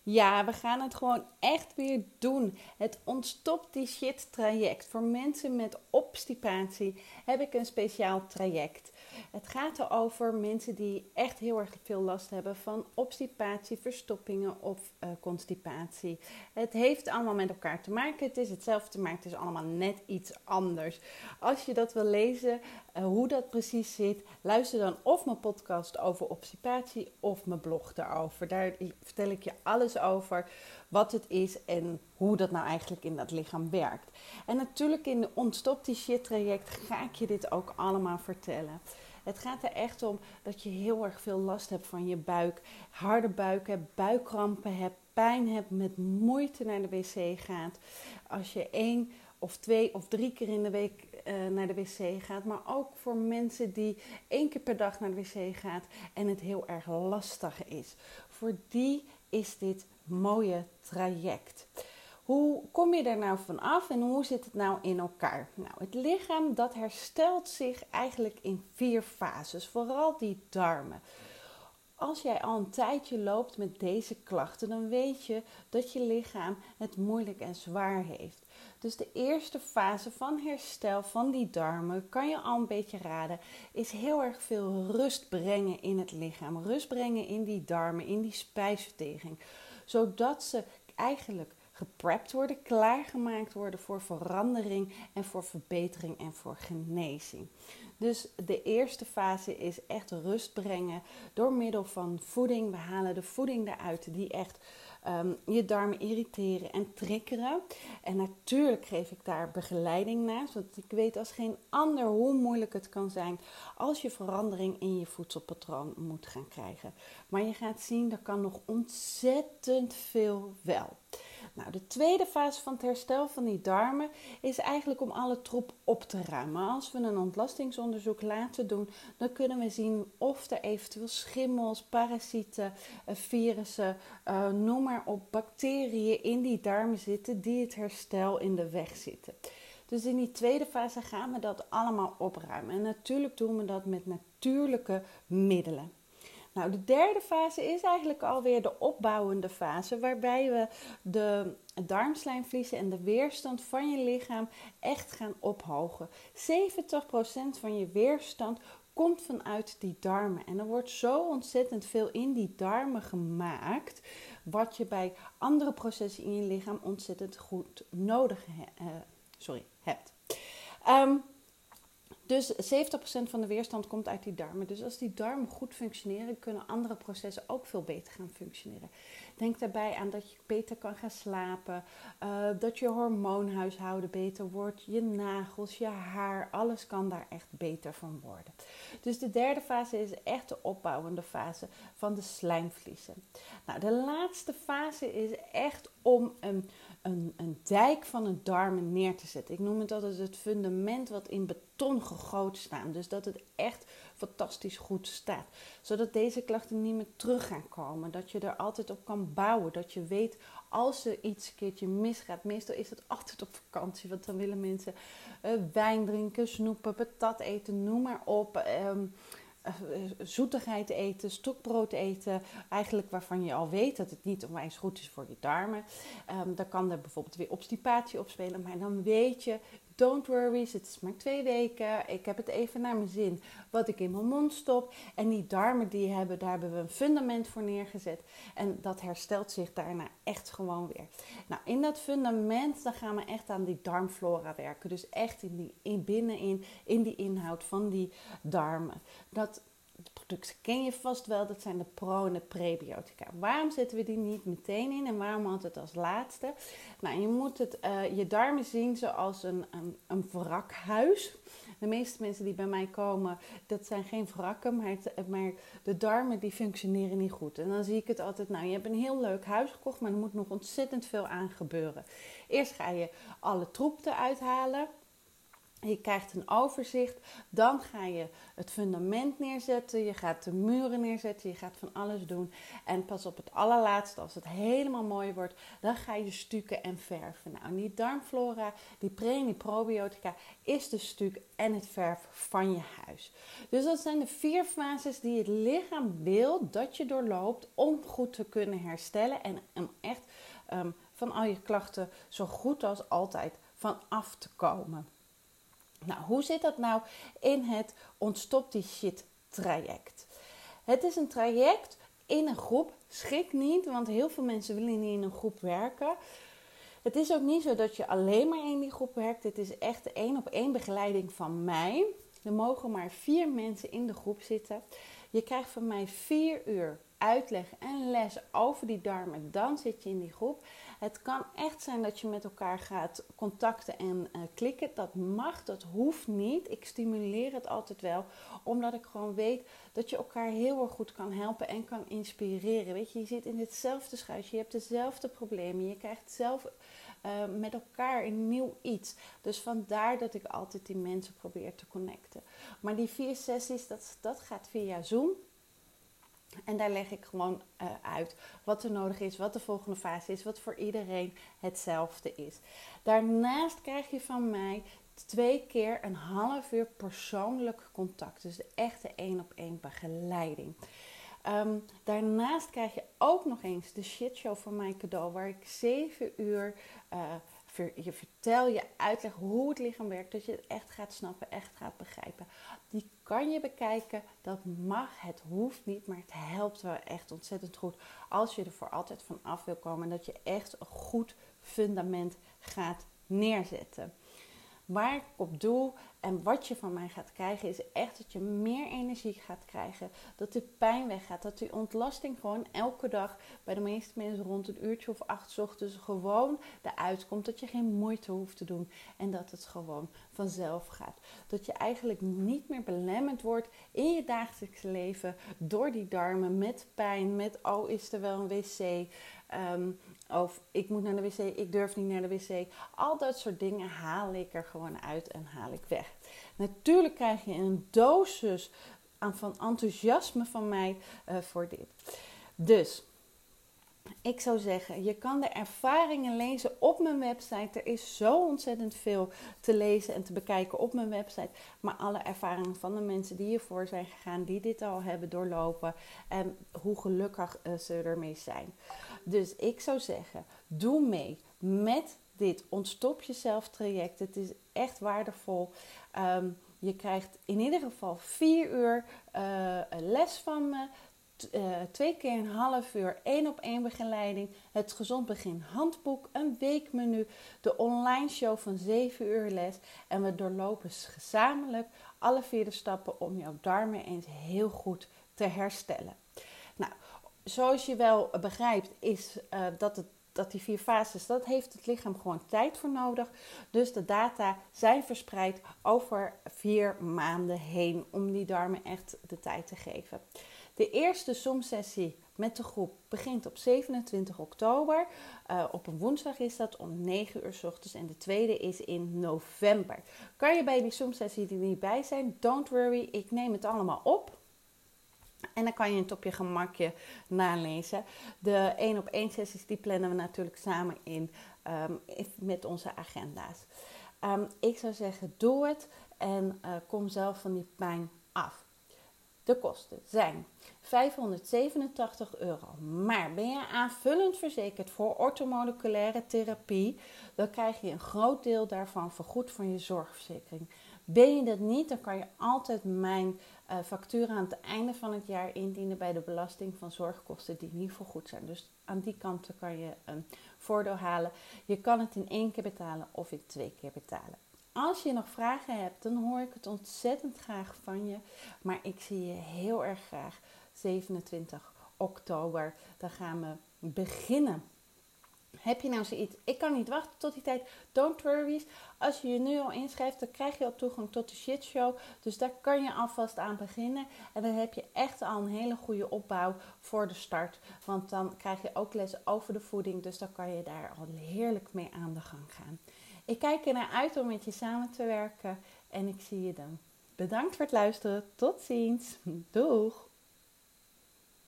Ja, we gaan het gewoon echt weer doen. Het Ontstop die Shit traject. Voor mensen met obstipatie heb ik een speciaal traject. Het gaat erover mensen die echt heel erg veel last hebben van obstipatie, verstoppingen of constipatie. Het heeft allemaal met elkaar te maken. Het is hetzelfde, maar het is allemaal net iets anders. Als je dat wil lezen, hoe dat precies zit, luister dan of mijn podcast over obstipatie of mijn blog daarover. Daar vertel ik je alles over, wat het is en hoe dat nou eigenlijk in dat lichaam werkt. En natuurlijk in de Ontstop die Shit traject ga ik je dit ook allemaal vertellen. Het gaat er echt om dat je heel erg veel last hebt van je buik, harde buik hebt, buikkrampen hebt, pijn hebt, met moeite naar de wc gaat. Als je 1 of 2 of 3 keer in de week naar de wc gaat. Maar ook voor mensen die 1 keer per dag naar de wc gaat en het heel erg lastig is. Voor die is dit mooie traject. Hoe kom je er nou vanaf en hoe zit het nou in elkaar? Nou, het lichaam dat herstelt zich eigenlijk in 4 fases, vooral die darmen. Als jij al een tijdje loopt met deze klachten, dan weet je dat je lichaam het moeilijk en zwaar heeft. Dus de eerste fase van herstel van die darmen, kan je al een beetje raden, is heel erg veel rust brengen in het lichaam. Rust brengen in die darmen, in die spijsvertering. Zodat ze eigenlijk geprept worden, klaargemaakt worden voor verandering en voor verbetering en voor genezing. Dus de eerste fase is echt rust brengen door middel van voeding. We halen de voeding eruit die echt je darmen irriteren en triggeren. En natuurlijk geef ik daar begeleiding naast. Want ik weet als geen ander hoe moeilijk het kan zijn als je verandering in je voedselpatroon moet gaan krijgen. Maar je gaat zien, er kan nog ontzettend veel wel. Nou, de tweede fase van het herstel van die darmen is eigenlijk om alle troep op te ruimen. Als we een ontlastingsonderzoek laten doen, dan kunnen we zien of er eventueel schimmels, parasieten, virussen, noem maar op, bacteriën in die darmen zitten die het herstel in de weg zitten. Dus in die tweede fase gaan we dat allemaal opruimen. En natuurlijk doen we dat met natuurlijke middelen. Nou, de derde fase is eigenlijk alweer de opbouwende fase, waarbij we de darmslijmvliezen en de weerstand van je lichaam echt gaan ophogen. 70% van je weerstand komt vanuit die darmen. En er wordt zo ontzettend veel in die darmen gemaakt, wat je bij andere processen in je lichaam ontzettend goed nodig hebt. Dus 70% van de weerstand komt uit die darmen. Dus als die darmen goed functioneren, kunnen andere processen ook veel beter gaan functioneren. Denk daarbij aan dat je beter kan gaan slapen, dat je hormoonhuishouden beter wordt, je nagels, je haar, alles kan daar echt beter van worden. Dus de derde fase is echt de opbouwende fase van de slijmvliezen. Nou, de laatste fase is echt om een dijk van de darmen neer te zetten. Ik noem het altijd het fundament wat in beton gegoten staat. Dus dat het echt fantastisch goed staat. Zodat deze klachten niet meer terug gaan komen. Dat je er altijd op kan bouwen. Dat je weet als er iets een keertje misgaat. Meestal is het altijd op vakantie. Want dan willen mensen wijn drinken, snoepen, patat eten, noem maar op. Zoetigheid eten, stokbrood eten, eigenlijk waarvan je al weet dat het niet onwijs goed is voor je darmen. Dan kan er bijvoorbeeld weer obstipatie opspelen, maar dan weet je, don't worry, het is maar 2 weken, ik heb het even naar mijn zin wat ik in mijn mond stop. En die darmen daar hebben we een fundament voor neergezet en dat herstelt zich daarna echt gewoon weer. Nou, in dat fundament dan gaan we echt aan die darmflora werken, dus echt binnenin die inhoud van die darmen. Dat producten ken je vast wel, dat zijn de pro- en de prebiotica. Waarom zetten we die niet meteen in en waarom altijd als laatste? Nou, je moet je darmen zien zoals een wrakhuis. De meeste mensen die bij mij komen, dat zijn geen wrakken, maar de darmen die functioneren niet goed. En dan zie ik het altijd, nou, je hebt een heel leuk huis gekocht, maar er moet nog ontzettend veel aan gebeuren. Eerst ga je alle troep eruit halen. Je krijgt een overzicht, dan ga je het fundament neerzetten, je gaat de muren neerzetten, je gaat van alles doen. En pas op het allerlaatste, als het helemaal mooi wordt, dan ga je stukken en verven. Nou, die darmflora, die pre- en die probiotica is de stuk en het verf van je huis. Dus dat zijn de 4 fases die het lichaam wil dat je doorloopt om goed te kunnen herstellen en om echt van al je klachten zo goed als altijd van af te komen. Nou, hoe zit dat nou in het ontstop die shit traject? Het is een traject in een groep. Schrik niet, want heel veel mensen willen niet in een groep werken. Het is ook niet zo dat je alleen maar in die groep werkt. Het is echt 1-op-1 begeleiding van mij. Er mogen maar 4 mensen in de groep zitten. Je krijgt van mij 4 uur uitleg en les over die darmen. Dan zit je in die groep. Het kan echt zijn dat je met elkaar gaat contacten en klikken. Dat mag, dat hoeft niet. Ik stimuleer het altijd wel. Omdat ik gewoon weet dat je elkaar heel erg goed kan helpen en kan inspireren. Weet je, je zit in hetzelfde schuitje. Je hebt dezelfde problemen. Je krijgt zelf met elkaar een nieuw iets. Dus vandaar dat ik altijd die mensen probeer te connecten. Maar die 4 sessies, dat gaat via Zoom. En daar leg ik gewoon uit wat er nodig is, wat de volgende fase is, wat voor iedereen hetzelfde is. Daarnaast krijg je van mij 2 keer een half uur persoonlijk contact. Dus de echte 1-op-1 begeleiding. Daarnaast krijg je ook nog eens de shitshow van mij cadeau, waar ik 7 uur je vertel, je uitleg hoe het lichaam werkt, dat je het echt gaat snappen, echt gaat begrijpen. Die kan je bekijken, dat mag, het hoeft niet, maar het helpt wel echt ontzettend goed als je er voor altijd van af wil komen en dat je echt een goed fundament gaat neerzetten. Waar ik op doe en wat je van mij gaat krijgen is echt dat je meer energie gaat krijgen. Dat de pijn weggaat. Dat die ontlasting gewoon elke dag bij de meeste mensen rond een uurtje of 8 's ochtends gewoon eruit komt. Dat je geen moeite hoeft te doen en dat het gewoon vanzelf gaat. Dat je eigenlijk niet meer belemmerd wordt in je dagelijks leven door die darmen met pijn, met oh is er wel een wc... Of ik moet naar de wc, ik durf niet naar de wc. Al dat soort dingen haal ik er gewoon uit en haal ik weg. Natuurlijk krijg je een dosis van enthousiasme van mij voor dit. Dus ik zou zeggen, je kan de ervaringen lezen op mijn website. Er is zo ontzettend veel te lezen en te bekijken op mijn website. Maar alle ervaringen van de mensen die hiervoor zijn gegaan, die dit al hebben doorlopen. En hoe gelukkig ze ermee zijn. Dus ik zou zeggen, doe mee met dit ontstop jezelf traject. Het is echt waardevol. Je krijgt in ieder geval 4 uur les van me. 2 keer een half uur 1-op-1 begeleiding, het Gezond Begin handboek, een weekmenu, de online show van 7 uur les en we doorlopen gezamenlijk alle 4 de stappen om jouw darmen eens heel goed te herstellen. Nou, zoals je wel begrijpt is dat die 4 fases, dat heeft het lichaam gewoon tijd voor nodig. Dus de data zijn verspreid over 4 maanden heen om die darmen echt de tijd te geven. De eerste Zoom-sessie met de groep begint op 27 oktober. Op een woensdag is dat om 9 uur 's ochtends. En de tweede is in november. Kan je bij die Zoom-sessie er niet bij zijn? Don't worry, ik neem het allemaal op. En dan kan je het op je gemakje nalezen. De 1-op-1 sessies die plannen we natuurlijk samen in met onze agenda's. Ik zou zeggen, doe het en kom zelf van die pijn af. De kosten zijn €587. Maar ben je aanvullend verzekerd voor orthomoleculaire therapie, dan krijg je een groot deel daarvan vergoed van je zorgverzekering. Ben je dat niet, dan kan je altijd mijn factuur aan het einde van het jaar indienen bij de belasting van zorgkosten die niet vergoed zijn. Dus aan die kant kan je een voordeel halen. Je kan het in 1 keer betalen of in 2 keer betalen. Als je nog vragen hebt, dan hoor ik het ontzettend graag van je. Maar ik zie je heel erg graag 27 oktober. Dan gaan we beginnen. Heb je nou zoiets, ik kan niet wachten tot die tijd, don't worry. Als je je nu al inschrijft, dan krijg je al toegang tot de shitshow. Dus daar kan je alvast aan beginnen. En dan heb je echt al een hele goede opbouw voor de start. Want dan krijg je ook les over de voeding. Dus dan kan je daar al heerlijk mee aan de gang gaan. Ik kijk er naar uit om met je samen te werken en ik zie je dan. Bedankt voor het luisteren. Tot ziens. Doeg!